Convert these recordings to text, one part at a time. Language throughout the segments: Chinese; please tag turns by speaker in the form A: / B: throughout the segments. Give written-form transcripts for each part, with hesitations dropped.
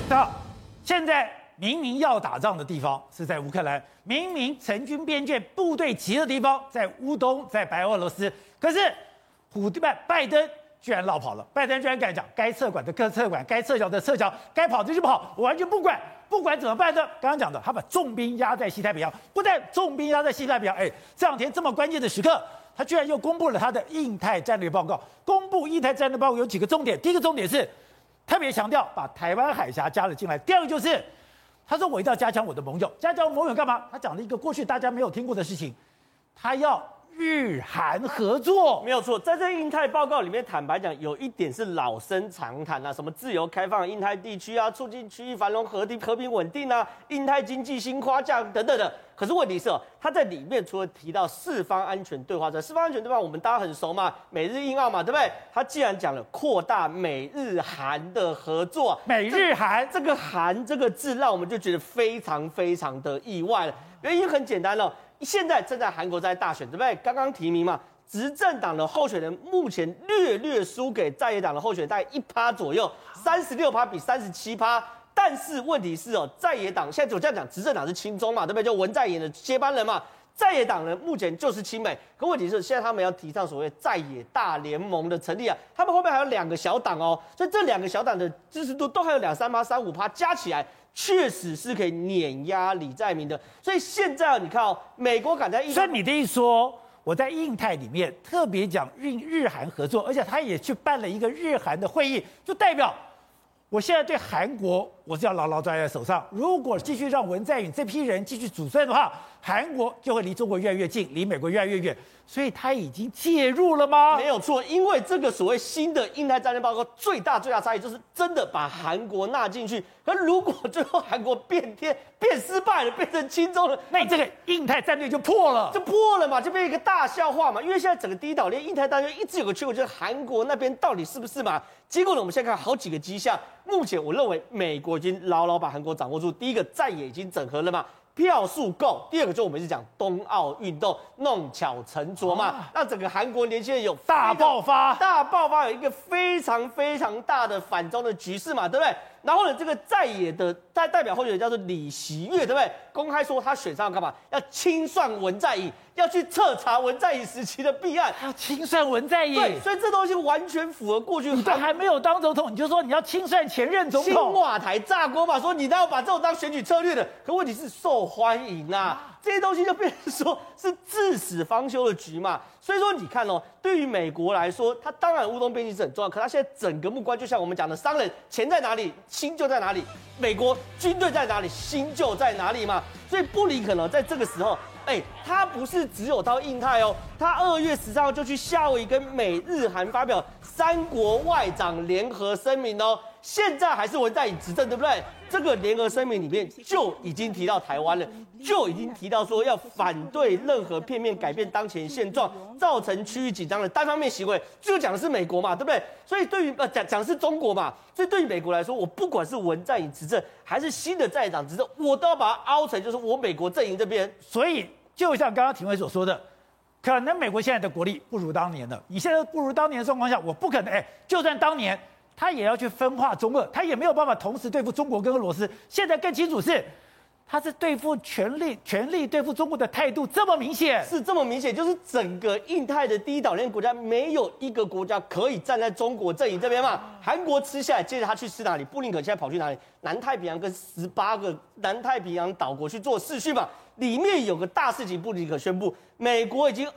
A: 那现在明明要打仗的地方是在乌克兰，明明成军边界部队集的地方在乌东，在白俄罗斯，可是拜登居然落跑了，拜登居然敢讲该撤管的撤管，该撤侨的撤侨，该跑的就跑，我完全不管，不管怎么办呢？刚刚讲的，他把重兵压在西太平洋，不但重兵压在西太平洋，这两天这么关键的时刻，他居然又公布了他的印太战略报告。公布印太战略报告有几个重点，第一个重点是特别强调把台湾海峡加了进来，第二个就是他说我一定要加强我的盟友，加强盟友干嘛？他讲了一个过去大家没有听过的事情，他要日韩合作。
B: 没有错，在这印太报告里面，坦白讲，有一点是老生常谈啊，什么自由开放印太地区啊，促进区域繁荣和平稳定啊，印太经济新框架等等的。可是问题是他在里面除了提到四方安全对话之外，四方安全对话我们大家很熟嘛，美日印澳嘛，对不对？他既然讲了扩大美日韩的合作，
A: 美日韩
B: 这个韩这个字，让我们就觉得非常非常的意外了。原因很简单了。现在正在韩国在大选，对不对？刚刚提名嘛，执政党的候选人目前略输给在野党的候选人，大概1%左右，36%比37%。但是问题是在野党现在我这样讲，执政党是亲中嘛，对不对？就文在寅的接班人嘛。在野党人目前就是亲美，可问题是现在他们要提倡所谓在野大联盟的成立啊，他们后面还有2个小党哦，所以这2个小党的支持度都还有2、3%、3、5%，加起来确实是可以碾压李在明的。所以现在你看美国敢在印太，
A: 所以你的意思说，我在印太里面特别讲日韩合作，而且他也去办了一个日韩的会议，就代表我现在对韩国我是要牢牢抓在手上。如果继续让文在寅这批人继续主政的话，韩国就会离中国越来越近，离美国越来越远。所以他已经介入了吗？
B: 没有错，因为这个所谓新的印太战略报告最大差异就是真的把韩国纳进去。可如果最后韩国变失败了，变成亲中了，
A: 那你这个印太战略就破了，
B: 嘛，就变成一个大笑话嘛。因为现在整个第一岛链印太战略一直有个缺口，就是韩国那边到底是不是嘛？结果呢，我们现在看好几个迹象。目前我认为美国已经牢牢把韩国掌握住。第一个，在野已经整合了嘛。票数够，第二个就我们一直讲冬奥运动弄巧成拙嘛，让整个韩国年轻人有
A: 大爆发，
B: 有一个非常非常大的反中的局势嘛，对不对？然后呢，这个在野的代表候选人叫做李习月，对不对？公开说他选上要干嘛？要清算文在寅，要去彻查文在寅时期的弊案，
A: 要清算文在寅。
B: 对，所以这东西完全符合过去。
A: 你都还没有当总统，你就说你要清算前任总统，
B: 青瓦台炸锅嘛，说你都要把这种当选举策略的。可问题是受欢迎啊，这些东西就变成说是至死方休的局嘛。所以说你看对于美国来说，它当然乌东边境是很重要，可它现在整个目光就像我们讲的，商人钱在哪里，心就在哪里；美国军队在哪里，心就在哪里嘛。所以布林肯在这个时候，他不是只有到印太他2月13号就去夏威夷跟美日韩发表3国外长联合声明现在还是文在寅执政，对不对？这个联合声明里面就已经提到台湾了，就已经提到说要反对任何片面改变当前现状、造成区域紧张的单方面行为。就讲的是美国嘛，对不对？所以对于讲的是中国嘛，所以对于美国来说，我不管是文在寅执政还是新的在野党执政，我都要把它凹成就是我美国阵营这边。
A: 所以就像刚刚庭伟所说的，可能美国现在的国力不如当年了。你现在不如当年的状况下，我不可能就算当年他也要去分化中俄，他也没有办法同时对付中国跟俄罗斯。现在更清楚是，他是对付全力对付中国的态度这么明显，
B: 是这么明显，就是整个印太的第一岛链国家没有一个国家可以站在中国阵营这边嘛。韩国吃下来，接着他去吃哪里？布林肯现在跑去哪里？南太平洋跟18个南太平洋岛国去做视讯嘛。里面有个大事情，布林肯宣布，美国已经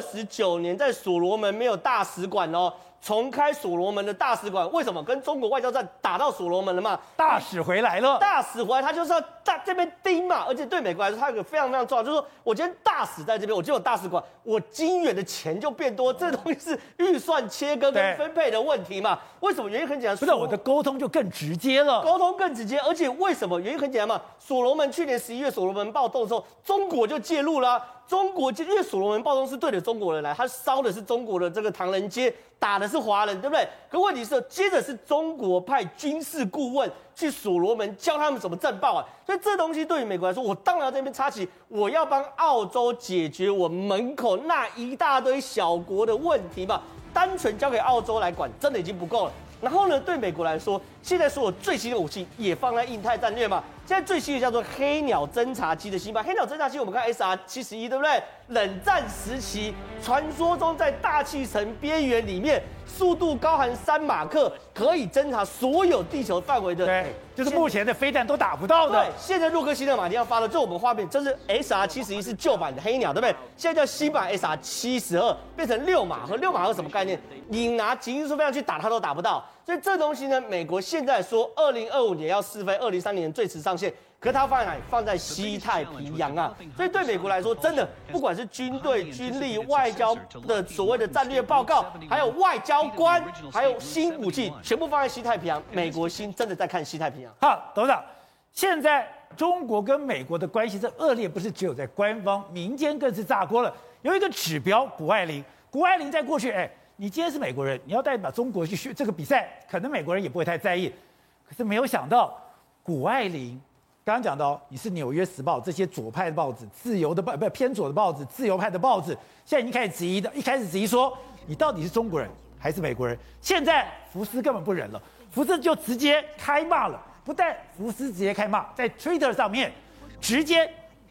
B: 29年在所罗门没有大使馆重开所罗门的大使馆。为什么？跟中国外交战打到所罗门了嘛？
A: 大使回来了，
B: 他就是要在这边盯嘛。而且对美国来说，他有个非常非常重要，就是说我今天大使在这边，我就有大使馆，我金元的钱就变多。这东西是预算切割跟分配的问题嘛？为什么？原因很简单，
A: 不是我的沟通就更直接了，
B: 而且为什么？原因很简单嘛。所罗门去年11月所罗门暴动的时候，中国就介入了中国因为所罗门暴动是对着中国人来，他烧的是中国的这个唐人街，打的是华人，对不对？可问题是，接着是中国派军事顾问去所罗门教他们怎么震爆啊！所以这东西对于美国来说，我当然要在那边插旗，我要帮澳洲解决我门口那一大堆小国的问题嘛。单纯交给澳洲来管，真的已经不够了。 然后呢，对美国来说，现在所有最新的武器也放在印太战略嘛。现在最新的叫做黑鸟侦察机的新版，黑鸟侦察机我们看 SR-71，对不对？冷战时期传说中在大气层边缘里面，速度高含3马克，可以侦察所有地球范围的。
A: 对，就是目前的飞弹都打不到的。
B: 对，现在洛克希德马丁要发的，就我们画面，这是 SR-71是旧版的黑鸟，对不对？现在叫新版 SR-72，变成6马赫。6马赫什么概念？你拿极音速飞弹去打它都打不到。所以这东西呢，美国现在说2025年要试飞，2030年最迟上线。可是它放在哪里？放在西太平洋啊！所以对美国来说，真的不管是军队、军力、外交的所谓的战略报告，还有外交官，还有新武器，全部放在西太平洋。美国心真的在看西太平洋。
A: 好，董事长，现在中国跟美国的关系这恶劣，不是只有在官方，民间更是炸锅了。有一个指标，谷爱凌，谷爱凌在过去，你今天是美国人，你要代表中国去这个比赛，可能美国人也不会太在意。可是没有想到，谷爱凌刚刚讲到，你是《纽约时报》这些左派的报纸、自由的偏左的报纸、自由派的报纸，现在已经开始质疑的，一开始质疑说你到底是中国人还是美国人。现在福斯根本不忍了，福斯就直接开骂了，不但福斯直接开骂，在 Twitter 上面直接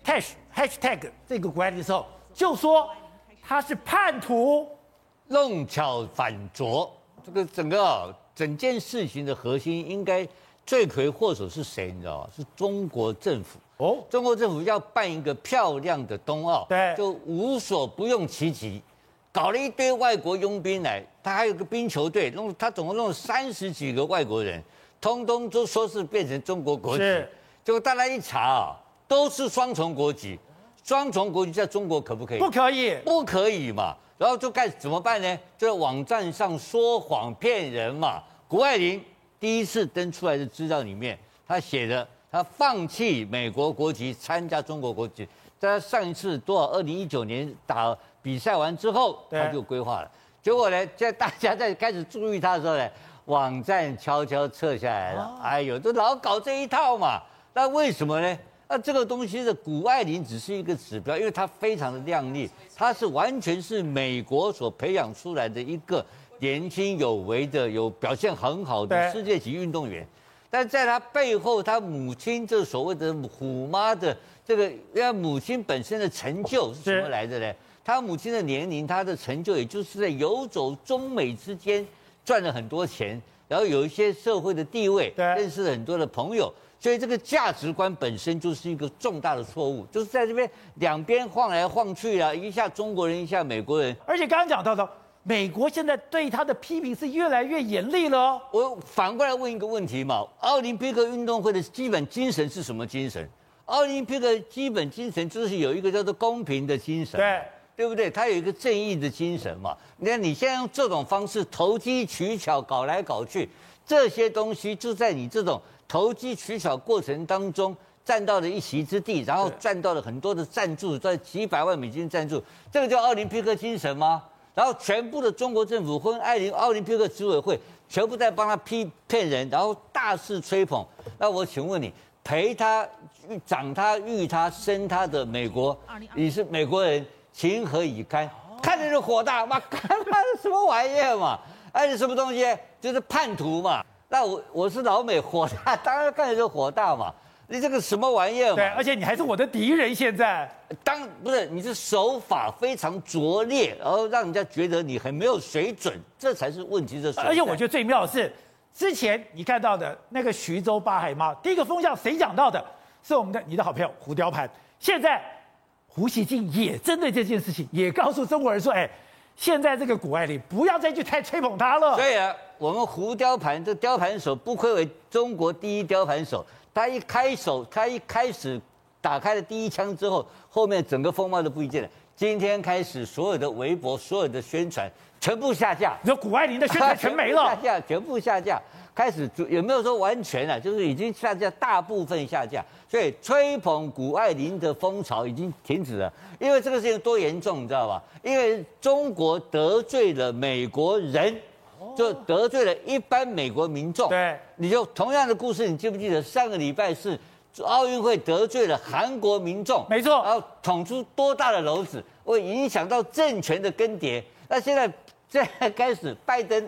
A: hashtag 这个谷爱凌的时候，就说他是叛徒。
C: 弄巧反拙，这个整件事情的核心应该罪魁祸首是谁？你知道吗？是中国政府。中国政府要办一个漂亮的冬奥，
A: 对，
C: 就无所不用其极，搞了一堆外国佣兵来，他还有个冰球队，他总共弄了30几个外国人，通通都说是变成中国国籍，结果大家一查都是双重国籍，双重国籍在中国可不可以？
A: 不可以，
C: 不可以嘛。然后就该怎么办呢？就在网站上说谎骗人嘛。谷爱凌第一次登出来的资料里面，他写的他放弃美国国籍，参加中国国籍。在他上一次2019年打比赛完之后，他就规划了。结果呢，在大家在开始注意他的时候呢，网站悄悄撤下来了。哎呦，都老搞这一套嘛。那为什么呢？那这个东西的谷爱凌只是一个指标，因为她非常的靓丽，她是完全是美国所培养出来的一个年轻有为的、有表现很好的世界级运动员。但在她背后，她母亲这所谓的虎妈的这个，因为母亲本身的成就是什么来的呢？她母亲的年龄，她的成就也就是在游走中美之间赚了很多钱，然后有一些社会的地位，认识了很多的朋友。所以这个价值观本身就是一个重大的错误，就是在这边两边晃来晃去啊，一下中国人，一下美国人。
A: 而且刚刚讲到的，美国现在对他的批评是越来越严厉了哦。
C: 我反过来问一个问题嘛，奥林匹克运动会的基本精神是什么精神？奥林匹克基本精神就是有一个叫做公平的精神，对不对？它有一个正义的精神嘛。你现在用这种方式投机取巧搞来搞去，这些东西就在你这种投机取巧过程当中占到了一席之地，然后赚到了很多的赞助，赚几百万美金赞助，这个叫奥林匹克精神吗？然后全部的中国政府跟奥林匹克执委会全部在帮他骗人，然后大肆吹捧。那我请问你，陪他、长他、育他、生他的美国，你是美国人，情何以堪？看着就火大，妈，干嘛什么玩意儿嘛？你什么东西？就是叛徒嘛。那我是老美，火大，当然看着就火大嘛。你这个什么玩意儿嘛？
A: 对，而且你还是我的敌人。现在
C: 不是，你是手法非常拙劣，然后让人家觉得你很没有水准，这才是问题的所在。
A: 而且我觉得最妙的是，之前你看到的那个徐州八海妈，第一个风向谁讲到的？是你的好朋友胡雕盘。现在胡锡进也针对这件事情，也告诉中国人说，现在这个谷爱凌不要再去太吹捧他了。
C: 对啊，我们胡雕盘这雕盘手不愧为中国第一雕盘手，他一开始打开了第一枪之后，后面整个风貌都不一样了。今天开始，所有的微博、所有的宣传全部下架，
A: 你说谷爱凌的宣传全没了，
C: 全部下架。开始有没有说完全啊？就是已经下架，大部分下架，所以吹捧谷爱凌的风潮已经停止了。因为这个事情多严重，你知道吧？因为中国得罪了美国人，就得罪了一般美国民众。
A: 对，
C: 你就同样的故事，你记不记得上个礼拜是奥运会得罪了韩国民众？
A: 没错，
C: 然后捅出多大的篓子，会影响到政权的更迭。那现在开始，拜登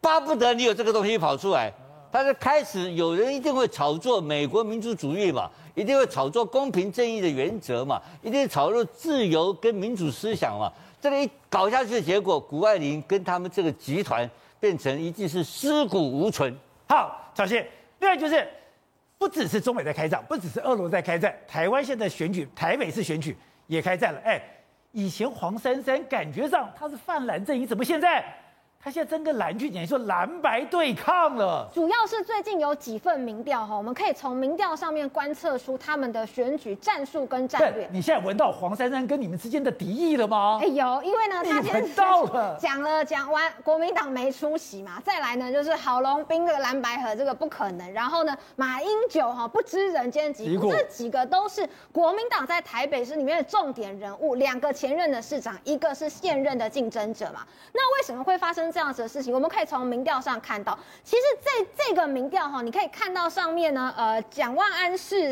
C: 巴不得你有这个东西跑出来。他是开始有人一定会炒作美国民主主义嘛，一定会炒作公平正义的原则嘛，一定会炒作自由跟民主思想嘛。这个一搞下去的结果，谷爱凌跟他们这个集团变成一定是尸骨无存。
A: 好，小谢，另外就是不只是中美在开战，不只是俄罗斯在开战，台湾现在选举，台北市选举也开战了。以前黄珊珊感觉上她是泛蓝阵营，怎么现在他现在真跟蓝军讲说蓝白对抗了，
D: 主要是最近有几份民调哈，我们可以从民调上面观测出他们的选举战术跟战略。
A: 你现在闻到黄珊珊跟你们之间的敌意了吗？
D: 有，因为呢，他先讲完国民党没出席嘛，再来呢就是郝龙斌的蓝白合这个不可能，然后呢马英九不知人间疾苦，这几个都是国民党在台北市里面的重点人物，2个前任的市长，一个是现任的竞争者嘛。那为什么会发生这样子的事情？我们可以从民调上看到，其实这个民调你可以看到上面呢，蒋万安是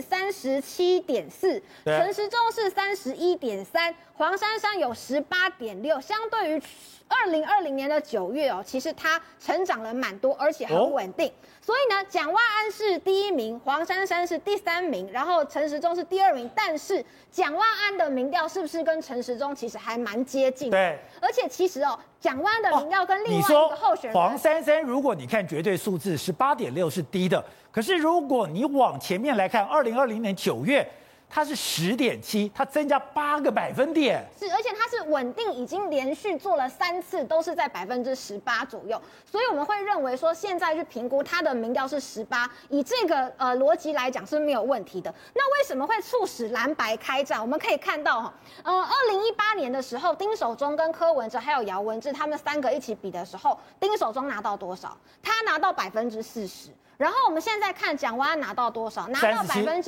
D: 37.4%，陈时中是31.3%，黄珊珊有18.6%，相对于2020年的9月其实它成长了蛮多，而且很稳定。所以呢，蒋万安是第1名，黄珊珊是第3名，然后陈时中是第2名。但是蒋万安的民调是不是跟陈时中其实还蛮接近的？
A: 对，
D: 而且其实蒋万安的民调跟另外一个候选人，
A: 黄珊珊，如果你看绝对数字18.6是低的，可是如果你往前面来看，2020年9月。它是10.7，它增加8个百分点，
D: 是，而且它是稳定，已经连续做了3次，都是在18%左右，所以我们会认为说，现在去评估它的民调是18%，以这个逻辑来讲是没有问题的。那为什么会促使蓝白开战？我们可以看到2018年的时候，丁守中跟柯文哲还有姚文智他们3个一起比的时候，丁守中拿到多少？他拿到40%。然后我们现在看蒋万安拿到多少？拿到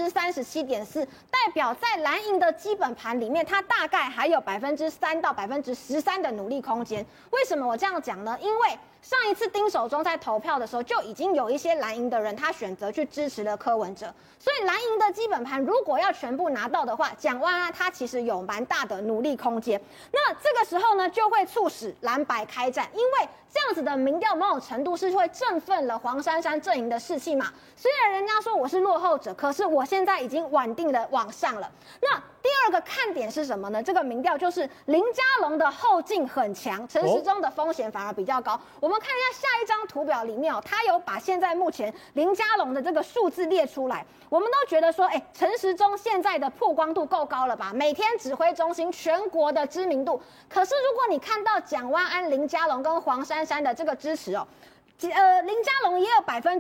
D: 37.4%，代表在蓝营的基本盘里面，它大概还有3%到13%的努力空间。为什么我这样讲呢？因为上一次丁守中在投票的时候，就已经有一些蓝营的人他选择去支持了柯文哲，所以蓝营的基本盘如果要全部拿到的话，蒋万安他其实有蛮大的努力空间。那这个时候呢，就会促使蓝白开战，因为这样子的民调某种程度是会振奋了黄珊珊阵营的士气嘛。虽然人家说我是落后者，可是我现在已经稳定的往上了。那第2个看点是什么呢？这个民调就是林佳龙的后劲很强，陈时中的风险反而比较高。我们看一下下一张图表里面他有把现在目前林佳龙的这个数字列出来。我们都觉得说，陈时中现在的曝光度够高了吧？每天指挥中心全国的知名度。可是如果你看到蒋万安、林佳龙跟黄珊珊的这个支持林佳龙也有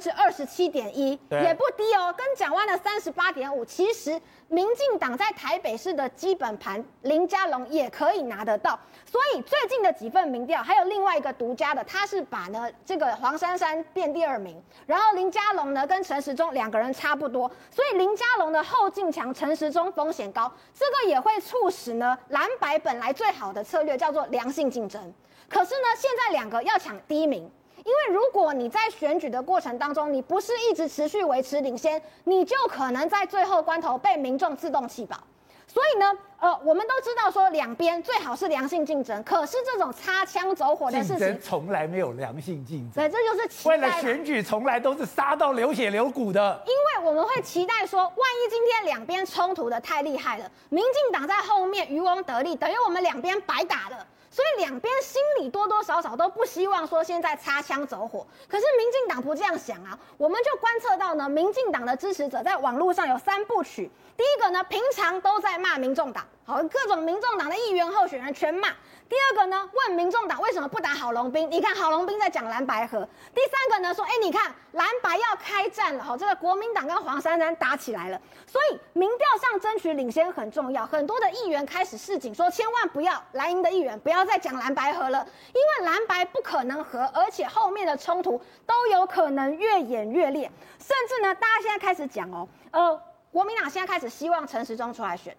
D: 27.1%，也不低跟蒋万的38.5%。其实民进党在台北市的基本盘，林佳龙也可以拿得到。所以最近的几份民调，还有另外一个独家的，他是把呢这个黄珊珊变第2名，然后林佳龙呢跟陈时中2个人差不多，所以林佳龙的后劲强，陈时中风险高，这个也会促使呢蓝白本来最好的策略叫做良性竞争，可是呢现在2个要抢第1名。因为如果你在选举的过程当中，你不是一直持续维持领先，你就可能在最后关头被民众自动弃保。所以呢，我们都知道说两边最好是良性竞争，可是这种擦枪走火的事情，
A: 竞争从来没有良性竞争。
D: 对，这就是期
A: 待。为了选举，从来都是杀到流血流骨的。
D: 因为我们会期待说，万一今天两边冲突的太厉害了，民进党在后面渔翁得利，等于我们两边白打了。所以两边心里多多少少都不希望说现在擦枪走火，可是民进党不这样想啊。我们就观测到呢，民进党的支持者在网络上有3部曲。第一个呢，平常都在骂民众党，好，各种民众党的议员候选人全骂。第二个呢，问民众党为什么不打郝龙斌？你看郝龙斌在讲蓝白合。第三个呢，说，你看蓝白要开战了，这个国民党跟黄珊珊打起来了。所以民调上争取领先很重要，很多的议员开始示警说，千万不要蓝营的议员不要再讲蓝白合了，因为蓝白不可能合，而且后面的冲突都有可能越演越烈，甚至呢，大家现在开始讲国民党现在开始希望陈时中出来选。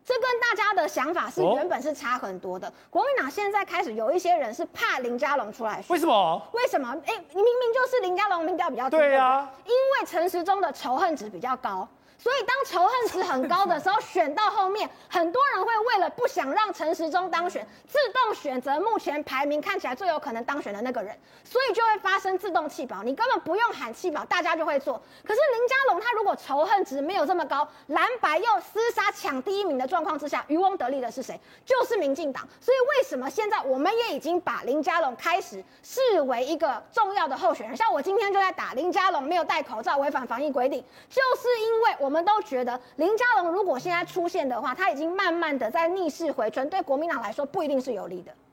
D: 这跟大家的想法是原本是差很多的。国民党现在开始有一些人是怕林佳龙出来选，
A: 为什么？
D: 为什么？你明明就是林佳龙民调比较低，
A: 对呀，
D: 因为陈时中的仇恨值比较高。所以，当仇恨值很高的时候，选到后面，很多人会为了不想让陈时中当选，自动选择目前排名看起来最有可能当选的那个人，所以就会发生自动弃保。你根本不用喊弃保，大家就会做。可是林佳龙他如果仇恨值没有这么高，蓝白又厮杀抢第一名的状况之下，渔翁得利的是谁？就是民进党。所以为什么现在我们也已经把林佳龙开始视为一个重要的候选人？像我今天就在打林佳龙没有戴口罩，违反防疫规定，就是因为我们都觉得林佳龙如果现在出现的话，他已经慢慢的在逆势回春，对国民党来说不一定是有利的。